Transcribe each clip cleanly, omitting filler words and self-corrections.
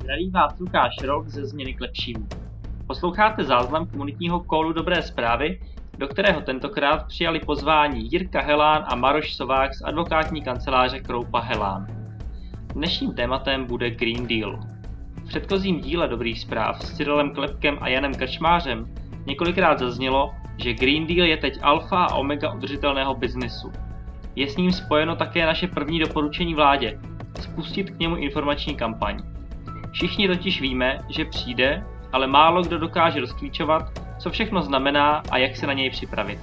Zdraví vás Lukáš Rok ze Změny k lepšímu. Posloucháte záznam komunitního callu Dobré zprávy, do kterého tentokrát přijali pozvání Jirka Helán a Maroš Sovák z advokátní kanceláře Kroupa Helán. Dnešním tématem bude Green Deal. V předchozím díle Dobrých zpráv s Cyrilem Klepkem a Janem Krčmářem několikrát zaznělo, že Green Deal je teď alfa a omega udržitelného biznesu. Je s ním spojeno také naše první doporučení vládě – spustit k němu informační kampaň. Všichni totiž víme, že přijde, ale málo kdo dokáže rozklíčovat, co všechno znamená a jak se na něj připravit.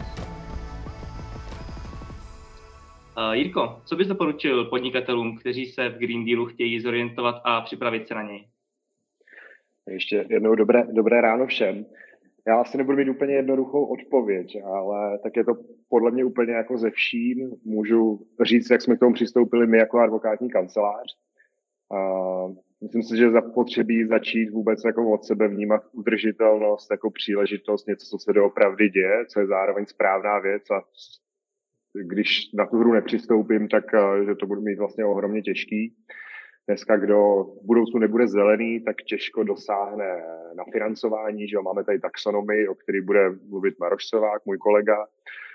Jirko, co bys doporučil podnikatelům, kteří se v Green Dealu chtějí zorientovat a připravit se na něj? Ještě jednou dobré ráno všem. Já asi nebudu mít úplně jednoduchou odpověď, ale tak je to podle mě úplně jako ze vším. Můžu říct, jak jsme k tomu přistoupili my jako advokátní kancelář. Myslím si, že zapotřebí začít vůbec jako od sebe vnímat udržitelnost jako příležitost, něco, co se doopravdy děje, co je zároveň správná věc, a když na tu hru nepřistoupím, tak že to budu mít vlastně ohromně těžký. Dneska, kdo v budoucnu nebude zelený, tak těžko dosáhne na financování, že jo? Máme tady taxonomii, o který bude mluvit Maroš Sovák, můj kolega.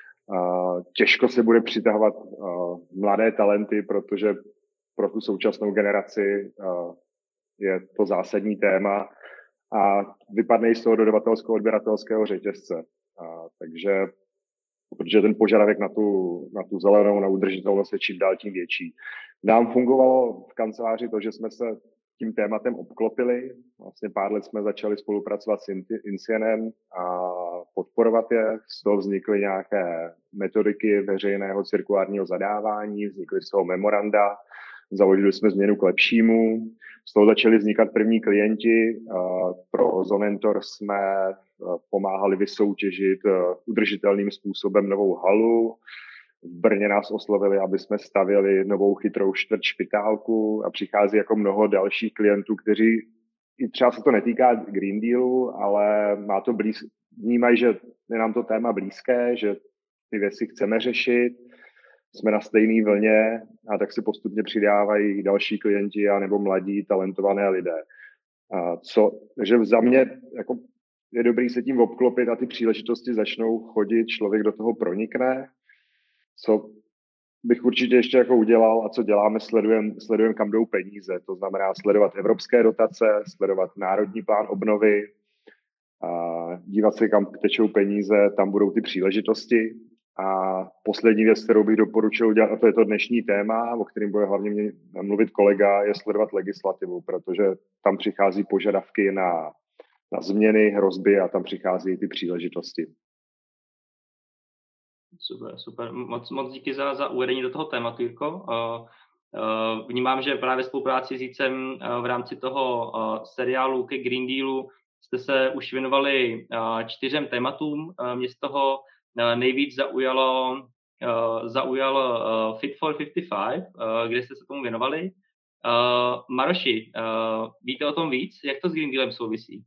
Těžko se bude přitahovat mladé talenty, protože pro tu současnou generaci je to zásadní téma a vypadne i z toho dodavatelského odběratelského řetězce. Takže protože ten požadavek na tu zelenou, na udržitelnost je čím dál tím větší. Nám fungovalo v kanceláři to, že jsme se tím tématem obklopili. Vlastně pár let jsme začali spolupracovat s Incienem a podporovat je. Z toho vznikly nějaké metodiky veřejného cirkulárního zadávání, vznikly z toho memoranda, založili jsme Změnu k lepšímu. Z toho začali vznikat první klienti. Pro Zonentor jsme pomáhali vysoutěžit udržitelným způsobem novou halu. V Brně nás oslovili, aby jsme stavěli novou chytrou čtvrť Špitálku, a přichází jako mnoho dalších klientů, kteří i třeba se to netýká Green Dealu, ale vnímají, že je nám to téma blízké, že ty věci chceme řešit, jsme na stejné vlně, a tak se postupně přidávají další klienti a nebo mladí talentované lidé. Takže za mě jako je dobrý se tím obklopit a ty příležitosti začnou chodit, člověk do toho pronikne. Co bych určitě ještě jako udělal a co děláme, sledujeme, kam jdou peníze. To znamená sledovat evropské dotace, sledovat národní plán obnovy, dívat se, kam tečou peníze, tam budou ty příležitosti. A poslední věc, kterou bych doporučil udělat, a to je to dnešní téma, o kterém bude hlavně mluvit kolega, je sledovat legislativu, protože tam přichází požadavky na změny, hrozby a tam přichází ty příležitosti. Super. Moc díky za uvedení do toho tématu, Jirko. Vnímám, že právě spolupráci s Jícem v rámci toho seriálu ke Green Dealu jste se už věnovali 4 tématům. Mě z toho nejvíc zaujal Fit for 55, kde jste se tomu věnovali. Maroši, víte o tom víc? Jak to s Green Dealem souvisí?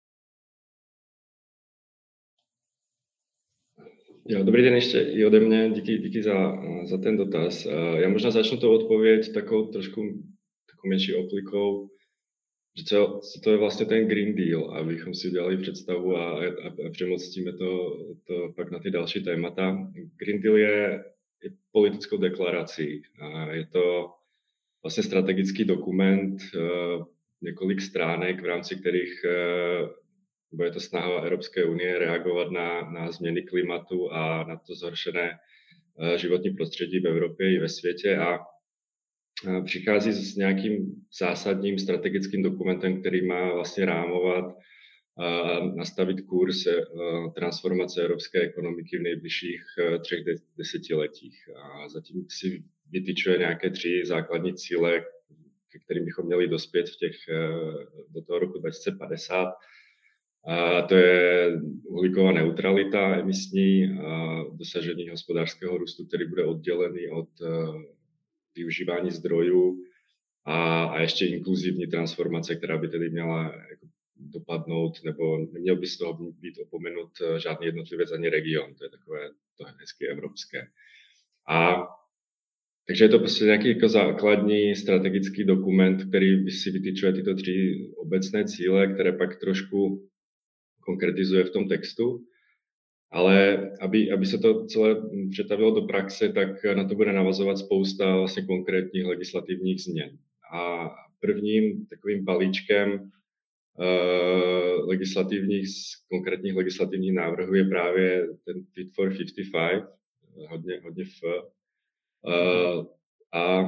Jo, dobrý den ještě i ode mě, díky za ten dotaz. Já možná začnu to odpověď takovou menší oplikou, že co to je vlastně ten Green Deal, abychom si udělali představu a přemostíme to pak na ty další témata. Green Deal je politickou deklarací. Je to vlastně strategický dokument, několik stránek, v rámci kterých bude to snaha Evropské unie reagovat na změny klimatu a na to zhoršené životní prostředí v Evropě i ve světě, a přichází s nějakým zásadním strategickým dokumentem, který má vlastně rámovat a nastavit kurz transformace evropské ekonomiky v nejbližších 3 desetiletích. A zatím si vytyčuje nějaké 3 základní cíle, ke kterým bychom měli dospět do toho roku 2050. A to je uhlíková neutralita emisní, dosažení hospodářského růstu, který bude oddělený od využívání zdrojů, a ještě inkluzivní transformace, která by tedy měla jako dopadnout, nebo neměl by z toho být opomenut žádný jednotlivec ani region. To je takové to hezky evropské. A Takže je to prostě nějaký jako základní strategický dokument, který si vytyčuje tyto 3 obecné cíle, které pak trošku konkretizuje v tom textu. Ale aby se to celé přetavilo do praxe, tak na to bude navazovat spousta vlastně konkrétních legislativních změn. A prvním takovým balíčkem konkrétních legislativních návrhů je právě ten Fit for 55, hodně a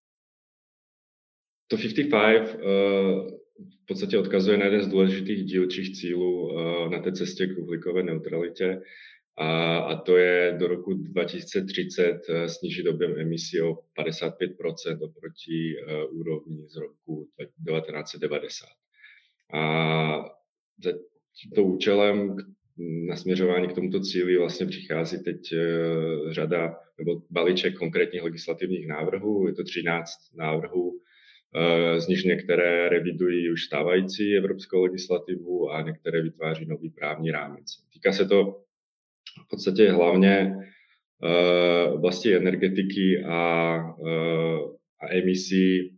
to 55 v podstatě odkazuje na jeden z důležitých dílčích cílů na té cestě k uhlíkové neutralitě, a to je do roku 2030 snížit objem emisí o 55% oproti úrovni z roku 1990. A za tímto účelem na směřování k tomuto cíli vlastně přichází teď řada nebo balíček konkrétních legislativních návrhů. Je to 13 návrhů, z nich některé revidují už stávající evropskou legislativu a některé vytváří nový právní rámec. Týká se to v podstatě hlavně oblasti energetiky a emisí.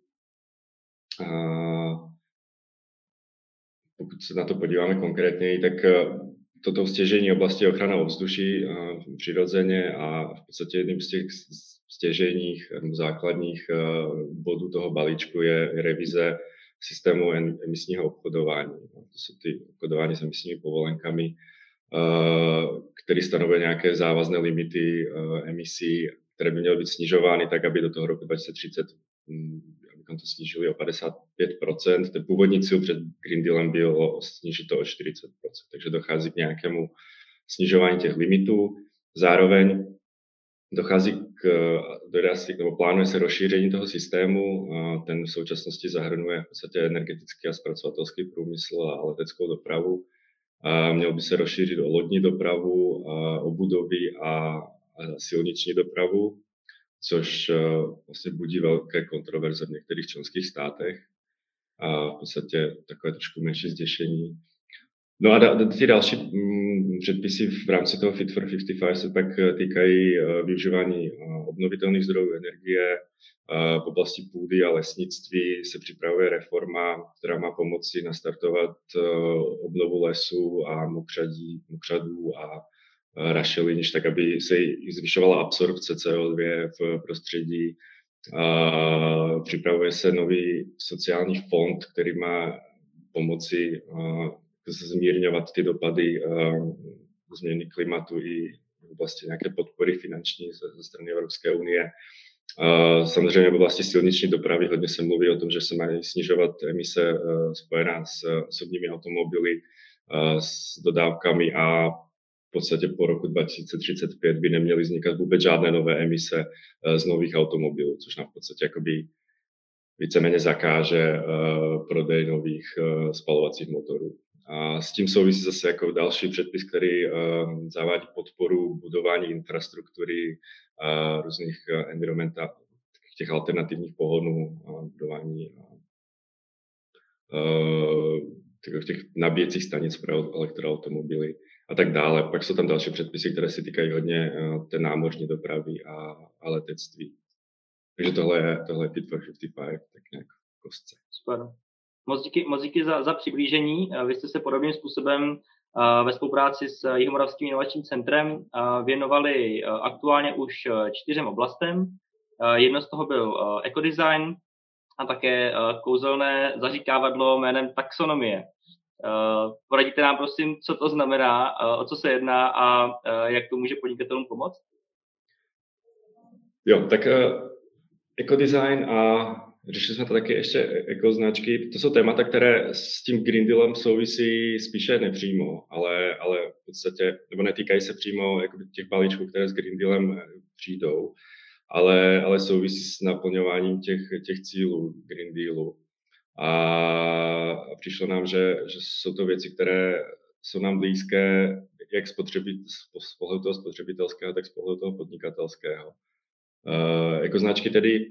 Pokud se na to podíváme konkrétněji, tak toto stěžejní oblasti ochrana ovzduší přirozeně a v podstatě jedním z těch stěžejních základních bodů toho balíčku je revize systému emisního obchodování. To jsou ty obchodování s emisními povolenkami, který stanovuje nějaké závazné limity emisí, které by měly být snižovány tak, aby do toho roku 2030 abychom to snížili o 55%. Ten původní cíl před Green Dealem byl snížit to o 40%, takže dochází k nějakému snižování těch limitů. Zároveň dochází nebo plánuje se rozšíření toho systému. Ten v současnosti zahrnuje v podstatě energetický a zpracovatelský průmysl a leteckou dopravu. Měl by se rozšířit o lodní dopravu, o budovy a silniční dopravu, což vlastně budí velké kontroverze v některých členských státech a v podstatě takové trošku menší zděšení. No a ty další předpisy v rámci toho Fit for 55 se pak týkají využívání obnovitelných zdrojů energie. V oblasti půdy a lesnictví se připravuje reforma, která má pomoci nastartovat obnovu lesů a mokřadů a rašelinišť, tak aby se zvyšovala absorpce CO2 v prostředí. Připravuje se nový sociální fond, který má pomoci zmírňovat ty dopady změny klimatu i v oblasti nějaké podpory finanční ze strany Evropské unie. Samozřejmě v oblasti silniční dopravy hodně se mluví o tom, že se mají snižovat emise spojená s osobními automobily, s dodávkami a v podstatě po roku 2035 by neměly vznikat vůbec žádné nové emise z nových automobilů, což nám v podstatě jakoby víceméně zakáže prodej nových spalovacích motorů. A s tím souvisí zase jako další předpis, který zavádí podporu budování infrastruktury různých těch alternativních pohonů, budování těch nabíjecích stanic pro elektroautomobily a tak dále. Pak jsou tam další předpisy, které se týkají hodně té námořní dopravy a letectví. Takže tohle je Fit for 55, tak nějak v kostce. Super. Moc díky za přiblížení. Vy jste se podobným způsobem ve spolupráci s Jihomoravským inovačním centrem věnovali aktuálně už 4 oblastem. Jedno z toho byl ekodesign a také kouzelné zaříkávadlo jménem taxonomie. Poradíte nám prosím, co to znamená, o co se jedná a jak to může podnikatelům pomoct? Jo, tak ekodesign a řešili jsme to taky ještě ekoznačky. To jsou témata, které s tím Green Dealem souvisí spíše nepřímo, ale v podstatě, nebo netýkají se přímo těch balíčků, které s Green Dealem přijdou, ale souvisí s naplňováním těch cílů Green Dealu. A přišlo nám, že jsou to věci, které jsou nám blízké jak z pohledu toho spotřebitelského, tak z pohledu toho podnikatelského. Ekoznačky tedy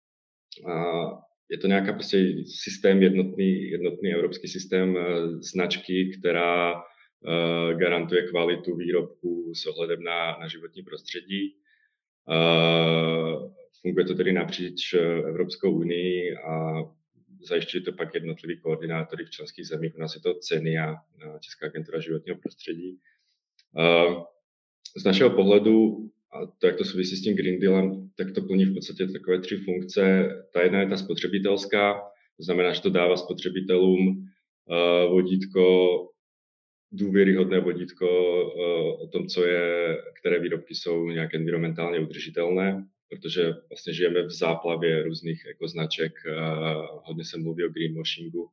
je to nějaká prostě systém, jednotný evropský systém značky, která garantuje kvalitu výrobků s ohledem na životní prostředí. Funguje to tedy napříč Evropskou unii a zajišťují to pak jednotliví koordinátory v členských zemích. U nás je to CENIA, Česká agentura životního prostředí. Z našeho pohledu, a to, jak to souvisí s tím Green Dealem, tak to plní v podstatě takové 3 funkce. Ta jedna je ta spotřebitelská, to znamená, že to dává spotřebitelům vodítko, důvěryhodné vodítko o tom, které výrobky jsou nějak environmentálně udržitelné, protože vlastně žijeme v záplavě různých ekoznaček, hodně se mluví o greenwashingu.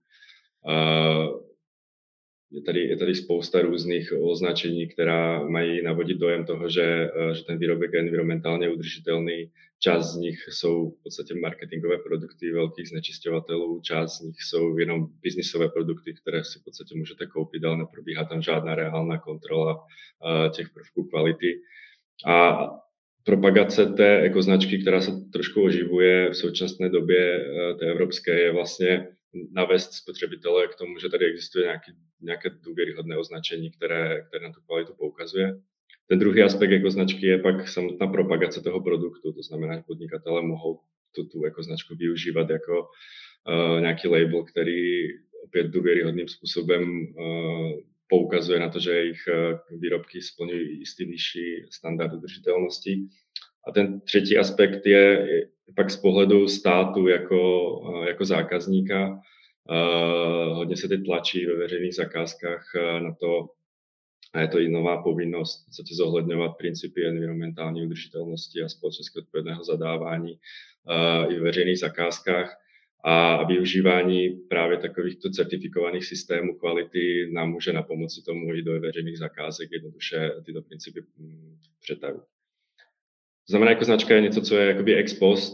Je tady spousta různých označení, která mají navodit dojem toho, že ten výrobek je environmentálně udržitelný. Část z nich jsou v podstatě marketingové produkty velkých znečišťovatelů, část z nich jsou jenom biznisové produkty, které si v podstatě můžete koupit, ale neprobíhá tam žádná reálná kontrola těch prvků kvality. A propagace té ekoznačky, která se trošku oživuje v současné době, té evropské, je vlastně navést spotřebitele k tomu, že tady existuje nějaké důvěryhodné označení, které na tu kvalitu poukazuje. Ten druhý aspekt ekoznačky je pak samotná propagace toho produktu, to znamená, že podnikatelé mohou tu ekoznačku využívat jako nějaký label, který opět důvěryhodným způsobem poukazuje na to, že jejich výrobky splňují jistý vyšší standard udržitelnosti. A ten třetí aspekt je pak z pohledu státu jako zákazníka. Hodně se teď tlačí ve veřejných zakázkách na to, a je to i nová povinnost v podstatě zohledňovat principy environmentální udržitelnosti a společensky odpovědného zadávání i ve veřejných zakázkách. A využívání právě takovýchto certifikovaných systémů kvality nám může napomoci tomu i do veřejných zakázek jednoduše tyto principy přetavit. To znamená, jako značka je něco, co je jakoby ex post,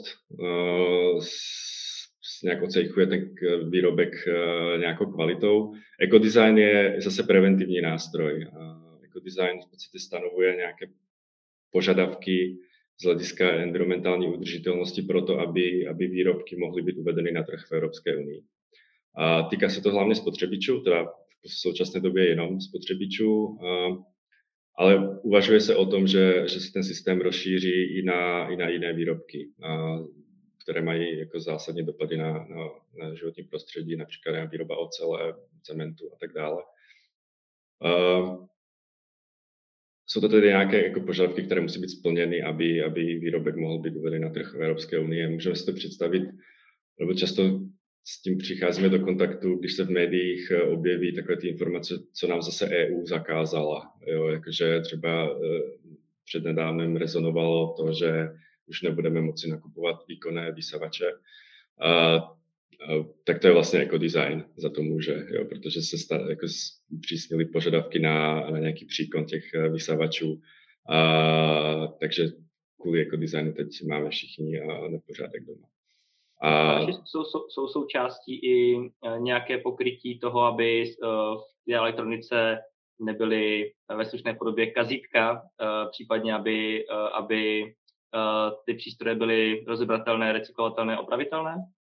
nějak ocejchuje ten výrobek nějakou kvalitou. Ekodesign je zase preventivní nástroj. Ekodesign v podstatě stanovuje nějaké požadavky z hlediska environmentální udržitelnosti pro to, aby výrobky mohly být uvedeny na trh v Evropské unii. A týká se to hlavně spotřebičů, teda v současné době jenom spotřebičů, ale uvažuje se o tom, že se ten systém rozšíří i na jiné výrobky, které mají jako zásadní dopady na životní prostředí, například výroba ocele, cementu a tak dále. Jsou to tedy nějaké jako požadavky, které musí být splněny, aby výrobek mohl být uveden na trh v Evropské unii. Můžeme si to představit, nebo často s tím přicházíme do kontaktu, když se v médiích objeví takové ty informace, co nám zase EU zakázala. Jo, jakože třeba přednedávnem rezonovalo to, že už nebudeme moci nakupovat výkonné vysavače. Tak to je vlastně ekodesign za to může, jo, protože se jako zpřísnily požadavky na nějaký příkon těch vysavačů. Takže kvůli ekodesignu teď máme všichni nepořádek doma. Jsou součástí i nějaké pokrytí toho, aby v té elektronice nebyly ve slušné podobě kazítka, případně aby ty přístroje byly rozebratelné, recyklovatelné, opravitelné?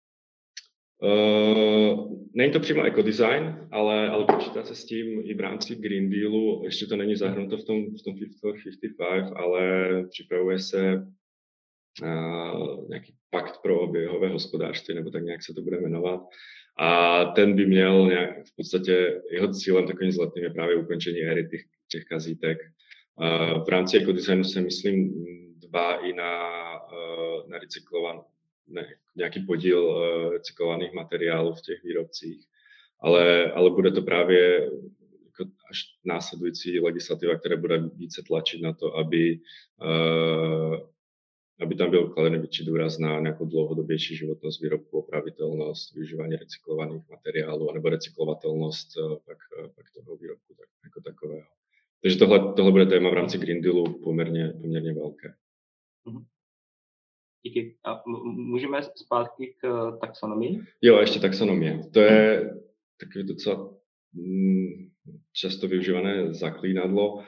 Není to přímo ekodesign, ale počítá se s tím i v rámci Green Dealu. Ještě to není zahrnuto v tom Fit for 55, ale připravuje se nějaký pakt pro oběhové hospodářství, nebo tak nějak se to bude jmenovat. A ten by měl v podstatě, jeho cílem takovým vzletným je právě ukončení éry těch kazítek. V rámci ekodesignu se myslím dbá i na nějaký podíl recyklovaných materiálů v těch výrobcích. Ale bude to právě jako až následující legislativa, která bude více tlačit na to, aby tam byl kladen větší důraz na nějakou dlouhodobější životnost výrobku, opravitelnost, využívání recyklovaných materiálů, nebo recyklovatelnost pak toho výrobku jako takového. Takže tohle bude téma v rámci Green Dealu poměrně velké. Díky. A můžeme zpátky k taxonomii? Jo, a ještě taxonomie. To je takový docela často využívané zaklínadlo.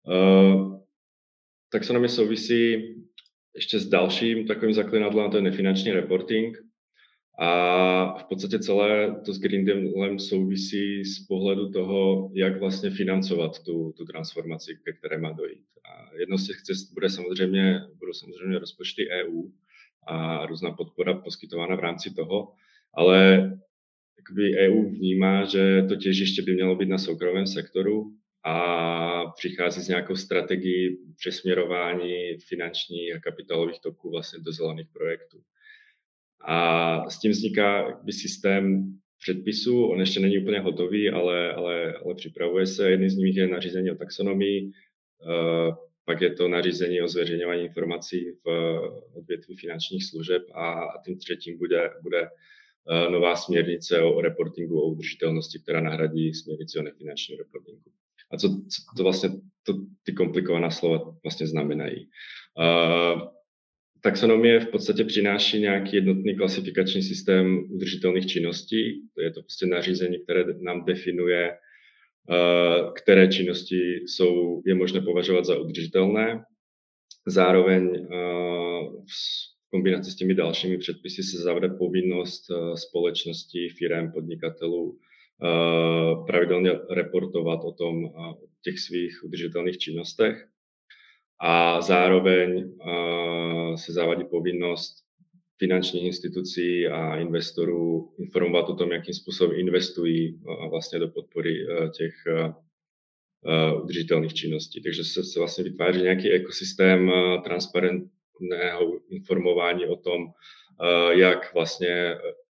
Taxonomie souvisí ještě s dalším takovým zaklínadlem, a to je nefinanční reporting. A v podstatě celé to s Green Dealem souvisí z pohledu toho, jak vlastně financovat tu transformaci, ke které má dojít. A jedno z těch cest budou samozřejmě rozpočty EU, a různá podpora poskytovaná v rámci toho, ale jakoby EU vnímá, že to těžiště by mělo být na soukromém sektoru a přichází s nějakou strategií přesměrování finančních a kapitálových toků vlastně do zelených projektů. A s tím vzniká systém předpisů, on ještě není úplně hotový, ale připravuje se. Jedním z nich je nařízení o taxonomii, pak je to nařízení o zveřejňování informací v odvětví finančních služeb a tím třetím bude nová směrnice o reportingu, o udržitelnosti, která nahradí směrnici o nefinančním reportingu. A co to vlastně ty komplikovaná slova vlastně znamenají? Taxonomie v podstatě přináší nějaký jednotný klasifikační systém udržitelných činností. To je to prostě nařízení, které nám definuje, které činnosti je možné považovat za udržitelné. Zároveň v kombinaci s těmi dalšími předpisy se zavede povinnost společností, firem, podnikatelů pravidelně reportovat o těch svých udržitelných činnostech. A zároveň se zavádí povinnost finančních institucí a investorů informovat o tom, jakým způsobem investují vlastně do podpory těch udržitelných činností. Takže se vlastně vytváří nějaký ekosystém transparentného informování o tom, jak vlastně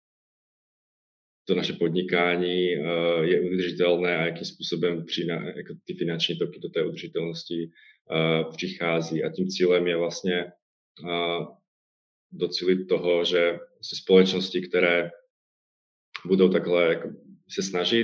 to naše podnikání je udržitelné a jakým způsobem jako ty finanční toky do té udržitelnosti přichází. A tím cílem je vlastně docílit toho, že společnosti, které budou takhle jako se snažit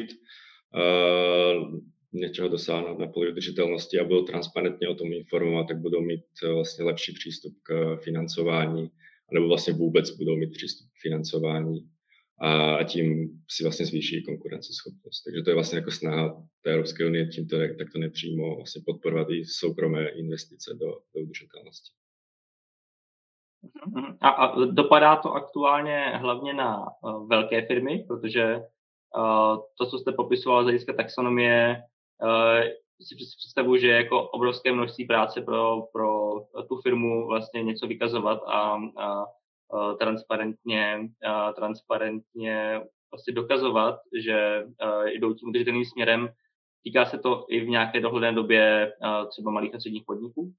něčeho dosáhnout na poli udržitelnosti a budou transparentně o tom informovat, tak budou mít vlastně lepší přístup k financování, nebo vlastně vůbec budou mít přístup k financování a tím si vlastně zvýší konkurenceschopnost. Takže to je vlastně jako snaha té Evropské unie tímto takto nepřímo vlastně podporovat i soukromé investice do udržitelnosti. A dopadá to aktuálně hlavně na velké firmy, protože to, co jste popisoval z hlediska taxonomie, si představuji, že je jako obrovské množství práce pro tu firmu vlastně něco vykazovat a transparentně vlastně dokazovat, že jdou tím udržitelným směrem. Týká se to i v nějaké dohledné době třeba malých a středních podniků?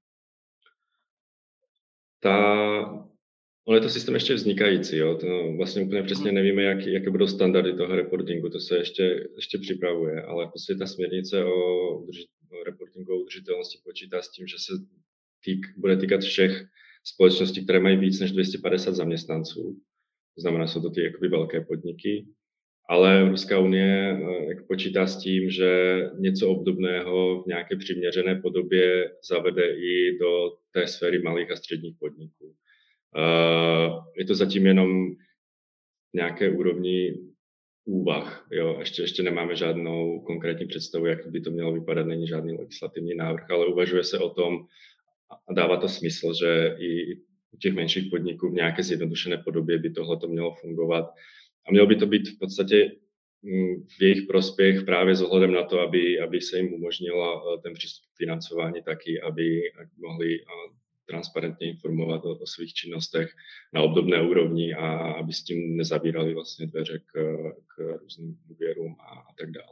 On je to systém ještě vznikající, jo? To vlastně úplně přesně nevíme, jaké budou standardy toho reportingu, to se ještě připravuje, ale v podstatě ta směrnice o reportingu o udržitelnosti počítá s tím, že se bude týkat všech společností, které mají víc než 250 zaměstnanců, to znamená, jsou to ty jakoby velké podniky, ale Evropská unie počítá s tím, že něco obdobného v nějaké přiměřené podobě zavede i do té sféry malých a středních podniků. Je to zatím jenom nějaké úrovni úvah. Jo? Ještě nemáme žádnou konkrétní představu, jak by to mělo vypadat, není žádný legislativní návrh, ale uvažuje se o tom a dává to smysl, že i u těch menších podniků v nějaké zjednodušené podobě by tohle mělo fungovat. A mělo by to být v podstatě v jejich prospěch právě s ohledem na to, aby se jim umožnilo ten přístup k financování taky, aby mohli transparentně informovat o svých činnostech na obdobné úrovni a aby s tím nezavírali vlastně dveře k různým úvěrům a tak dále.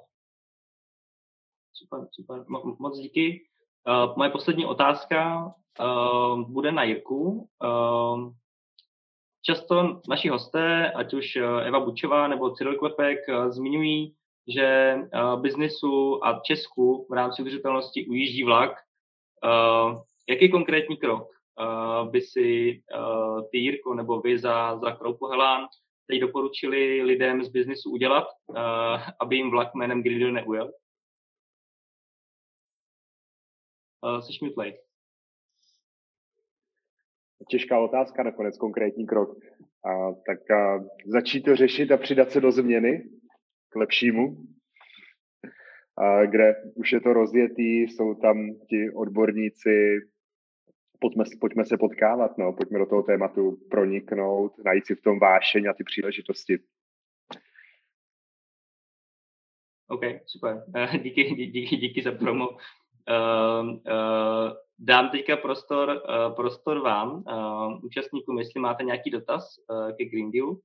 Super. Moc díky. Moje poslední otázka bude na Jirku. Často naši hosté, ať už Eva Bučová nebo Cyril Klepek, zmiňují, že biznesu a Česku v rámci udržitelnosti ujíždí vlak. Jaký konkrétní krok by si ty, Jirko, nebo vy za Kroupu Helán teď doporučili lidem z biznesu udělat, aby jim vlak jménem Green Deal neujel? Seš mutlej. Těžká otázka, nakonec konkrétní krok. Tak začít to řešit a přidat se do změny k lepšímu, kde už je to rozjetý, jsou tam ti odborníci, pojďme se potkávat, pojďme do toho tématu proniknout, najít si v tom vášeň a ty příležitosti. OK, super. Díky za promo. dám teďka prostor vám, účastníkům, jestli máte nějaký dotaz ke Green Dealu.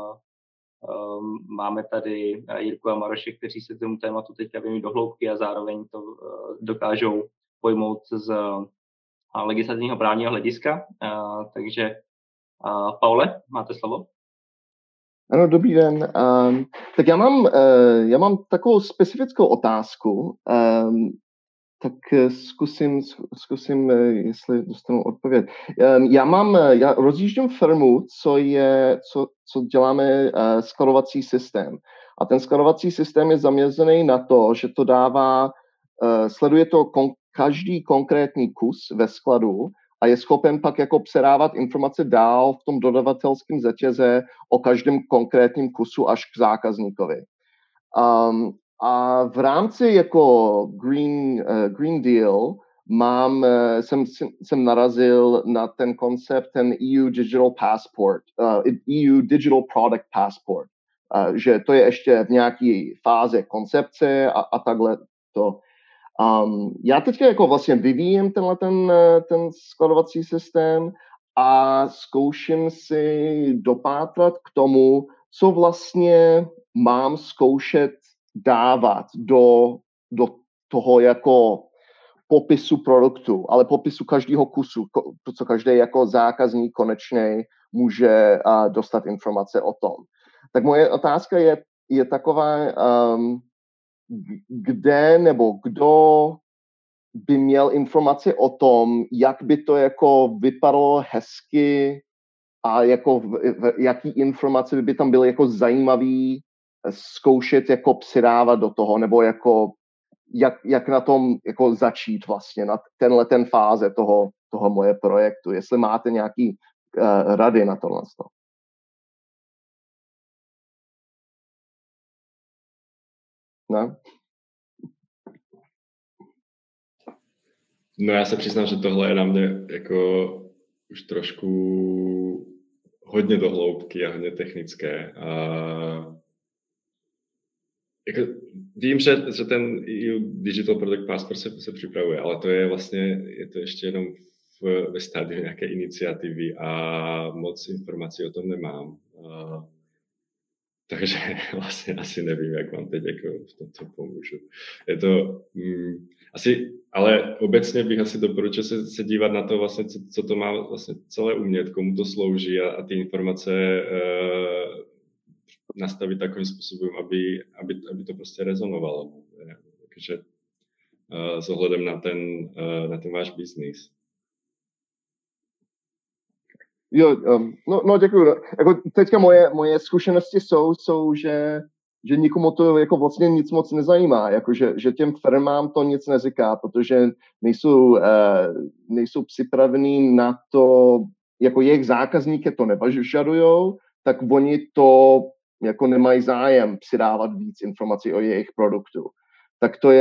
Máme tady Jirku a Maroše, kteří se tomu tématu teďka věnují do hloubky a zároveň to dokážou pojmout z legislativního právního hlediska. Takže Paule, máte slovo. Ano, dobrý den. Tak já mám takovou specifickou otázku, tak zkusím, jestli dostanu odpověď. Já rozjíždím firmu, co děláme skladovací systém. A ten skladovací systém je zaměřený na to, že to sleduje to každý konkrétní kus ve skladu a je schopen pak jako předávat informace dál v tom dodavatelském řetěze o každém konkrétním kusu až k zákazníkovi. A v rámci jako Green Deal jsem narazil na ten koncept, ten EU Digital Passport, EU Digital Product Passport, že to je ještě v nějaké fázi koncepce a takhle to. Já teďka jako vlastně vyvíjím ten skladovací systém a zkouším si dopátrat k tomu, co vlastně mám zkoušet dávat do toho jako popisu produktu, ale popisu každého kusu, co každý jako zákazník konečně může dostat informace o tom. Tak moje otázka je taková, kde nebo kdo by měl informace o tom, jak by to jako vypadalo hezky a jako jaký informace by tam byly jako zajímavý zkoušet jako přidávat do toho, nebo jako jak na tom jako začít vlastně, na ten fáze toho moje projektu. Jestli máte nějaký rady na tohle. Ne? No já se přiznám, že tohle je na mě jako už trošku hodně do hloubky a hodně technické. Jako, vím, že ten EU Digital Product Passport se připravuje, ale to je ještě jenom ve stádiu nějaké iniciativy a moc informací o tom nemám. Takže vlastně asi nevím, jak vám teď jako v tomto pomůžu. Je to ale obecně bych asi doporučil se dívat na to vlastně, co to má vlastně celé umět, komu to slouží a ty informace nastavit takovým způsobem, aby to prostě rezonovalo. Takže s ohledem na ten váš biznis. Jo, no děkuju. Jako teďka moje zkušenosti jsou, že nikomu to jako vlastně nic moc nezajímá, jako že těm firmám to nic neříká, protože nejsou připravení na to, jako jejich zákazníky to nevyžadujou, tak oni to jako nemají zájem přidávat víc informací o jejich produktu. Tak to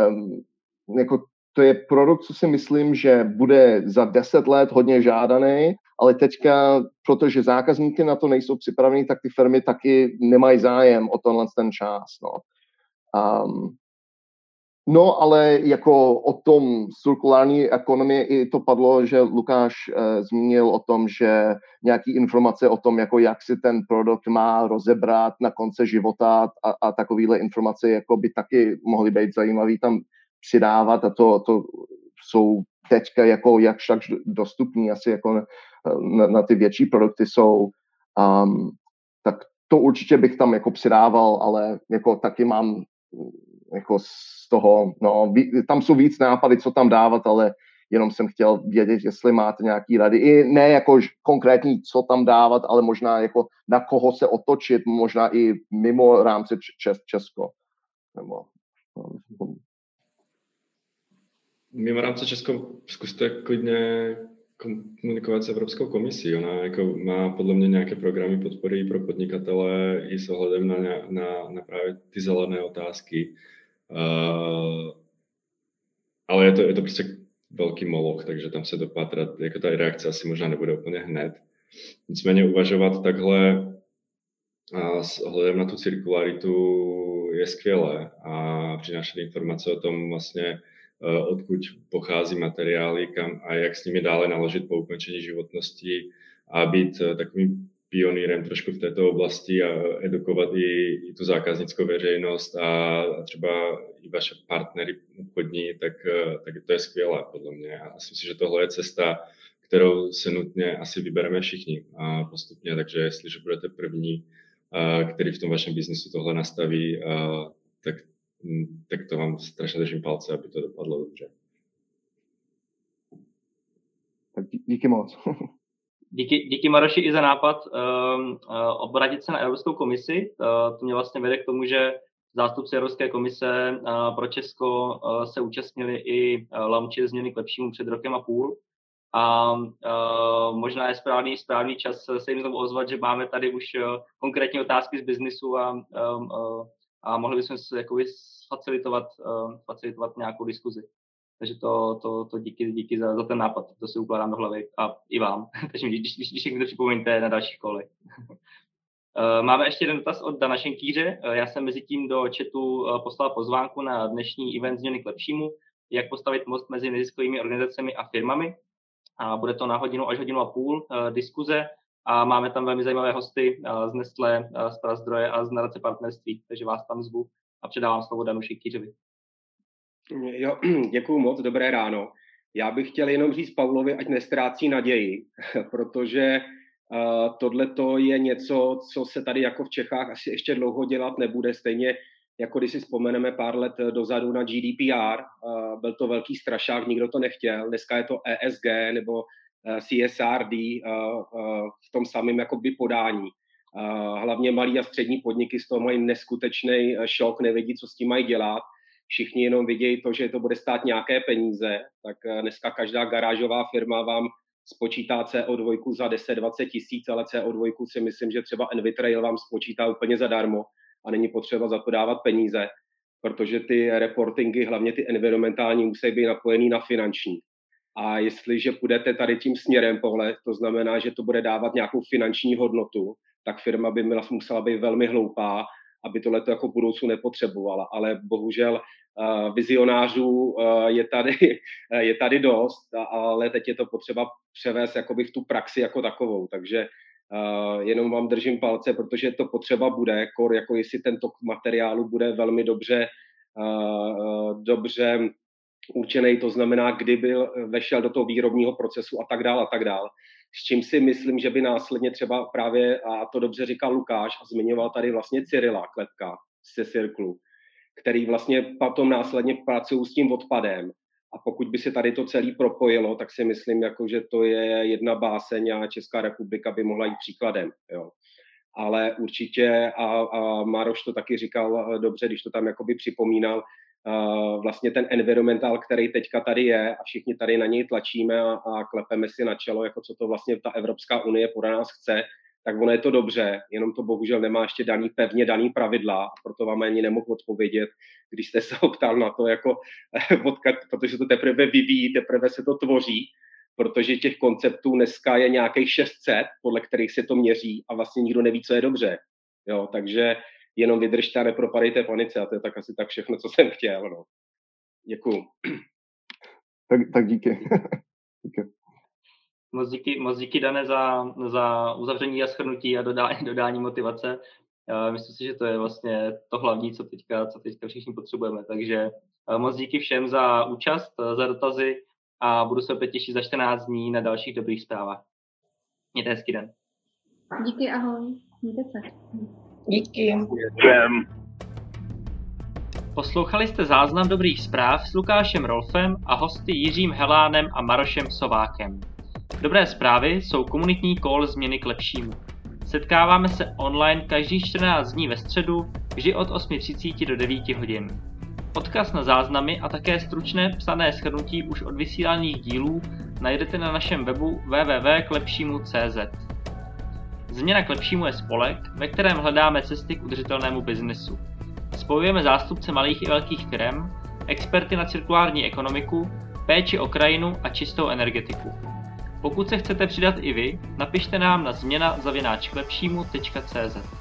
je produkt, co si myslím, že bude za 10 let hodně žádaný, ale teďka, protože zákazníky na to nejsou připraveni, tak ty firmy taky nemají zájem o ten čas. No, ale jako o tom cirkulární ekonomii i to padlo, že Lukáš zmínil o tom, že nějaký informace o tom, jako jak si ten produkt má rozebrat na konce života a takovéhle informace jako by taky mohly být zajímavý tam přidávat a to jsou teďka jako jakž tak dostupný asi jako na ty větší produkty jsou, tak to určitě bych tam jako přidával, ale jako taky mám jako z toho, tam jsou víc nápady, co tam dávat, ale jenom jsem chtěl vědět, jestli máte nějaký rady. I ne jako konkrétní, co tam dávat, ale možná jako na koho se otočit, možná i mimo rámci Česko. Mimo rámce Česko zkuste klidně komunikovat s Evropskou komisí. Ona jako má podle mě nějaké programy podpory pro podnikatele i s ohledem na právě ty zelené otázky. Ale je to prostě velký moloch, takže tam se dopátrat, jako ta reakce asi možná nebude úplně hned. Nicméně uvažovat takhle s ohledem na tu cirkularitu je skvělé a přinášet informace o tom vlastně, odkud pochází materiály, kam a jak s nimi dále naložit po ukončení životnosti a být takovým pionýrem trošku v této oblasti a edukovat i tu zákaznickou veřejnost a třeba i vaše partnery obchodní, tak to je skvělé podle mě. A myslím si, že tohle je cesta, kterou se nutně asi vybereme všichni postupně, takže jestliže budete první, který v tom vašem biznesu tohle nastaví, tak to vám strašně držím palce, aby to dopadlo dobře. Tak díky moc. Díky Maroši i za nápad obrátit se na Evropskou komisi. To mě vlastně vede k tomu, že zástupci Evropské komise pro Česko se účastnili i launche změny k lepšímu před rokem a půl. A možná je správný čas se jim znovu ozvat, že máme tady už konkrétní otázky z biznisu a mohli bychom se jakoby facilitovat nějakou diskuzi. Takže to díky za ten nápad, to si ukládám do hlavy a i vám. Takže když mi to připomeňte na dalších kolech. Máme ještě jeden dotaz od Dana Šenkýře. Já jsem mezi tím do chatu poslal pozvánku na dnešní event změny k lepšímu, jak postavit most mezi neziskovými organizacemi a firmami. A bude to na hodinu až hodinu a půl diskuze a máme tam velmi zajímavé hosty z Nestlé, z Prazdroje a z Nadace partnerství, takže vás tam zvu a předávám slovo Danu Šenkýřovi. Jo, děkuju moc, dobré ráno. Já bych chtěl jenom říct Paulovi, ať nestrácí naději, protože tohleto je něco, co se tady jako v Čechách asi ještě dlouho dělat nebude, stejně jako když si vzpomeneme pár let dozadu na GDPR, byl to velký strašák, nikdo to nechtěl, dneska je to ESG nebo CSRD v tom samém jakoby podání. Hlavně malí a střední podniky z toho mají neskutečný šok, nevědí, co s tím mají dělat. Všichni jenom vidějí to, že to bude stát nějaké peníze, tak dneska každá garážová firma vám spočítá CO2 za 10-20 tisíc, ale CO2 si myslím, že třeba Envitrail vám spočítá úplně zadarmo a není potřeba za to dávat peníze, protože ty reportingy, hlavně ty environmentální, musí být napojený na finanční. A jestliže půjdete tady tím směrem pohled, to znamená, že to bude dávat nějakou finanční hodnotu, tak firma by musela být velmi hloupá, aby tohleto jako v budoucnu nepotřebovala. Ale bohužel vizionářů je tady dost, ale teď je to potřeba převést jakoby v tu praxi jako takovou. Takže jenom vám držím palce, protože to potřeba bude, jako jestli tento materiálu bude velmi dobře určený, to znamená, kdy vešel do toho výrobního procesu a tak dál. S čím si myslím, že by následně třeba právě, a to dobře říkal Lukáš, a zmiňoval tady vlastně Cyrila Klepka ze Cirklu, který vlastně potom následně pracují s tím odpadem. A pokud by se tady to celé propojilo, tak si myslím, jako, že to je jedna báseň a Česká republika by mohla jít příkladem. Jo. Ale určitě, a Maroš to taky říkal dobře, když to tam jakoby připomínal, vlastně ten environmental, který teďka tady je a všichni tady na něj tlačíme a klepeme si na čelo, jako co to vlastně ta Evropská unie po nás chce, tak ono je to dobře, jenom to bohužel nemá ještě pevně daný pravidla, proto vám ani nemohu odpovědět, když jste se ho ptal na to, jako, protože to teprve vyvíjí, teprve se to tvoří, protože těch konceptů dneska je nějakých 600, podle kterých se to měří a vlastně nikdo neví, co je dobře. Jo, takže jenom vydržte a nepropadejte panice a to je tak asi tak všechno, co jsem chtěl. No. Děkuju. Tak díky. Moc díky, Dane, za uzavření a shrnutí a dodání motivace. Myslím si, že to je vlastně to hlavní, co teďka všichni potřebujeme. Takže moc díky všem za účast, za dotazy a budu se opět těšit za 14 dní na dalších dobrých zprávách. Mějte hezký den. Díky, ahoj. Mějte se. Díky. Poslouchali jste záznam dobrých zpráv s Lukášem Rolfem a hosty Jiřím Helánem a Marošem Sovákem. Dobré zprávy jsou komunitní call změny k lepšímu. Setkáváme se online každých 14 dní ve středu, vždy od 8:30 do 9 hodin. Odkaz na záznamy a také stručné psané shrnutí už od vysílaných dílů najdete na našem webu www.klepšimu.cz. Změna k lepšímu je spolek, ve kterém hledáme cesty k udržitelnému biznesu. Spojujeme zástupce malých i velkých firem, experty na cirkulární ekonomiku, péči o krajinu a čistou energetiku. Pokud se chcete přidat i vy, napište nám na změna@klepšimu.cz.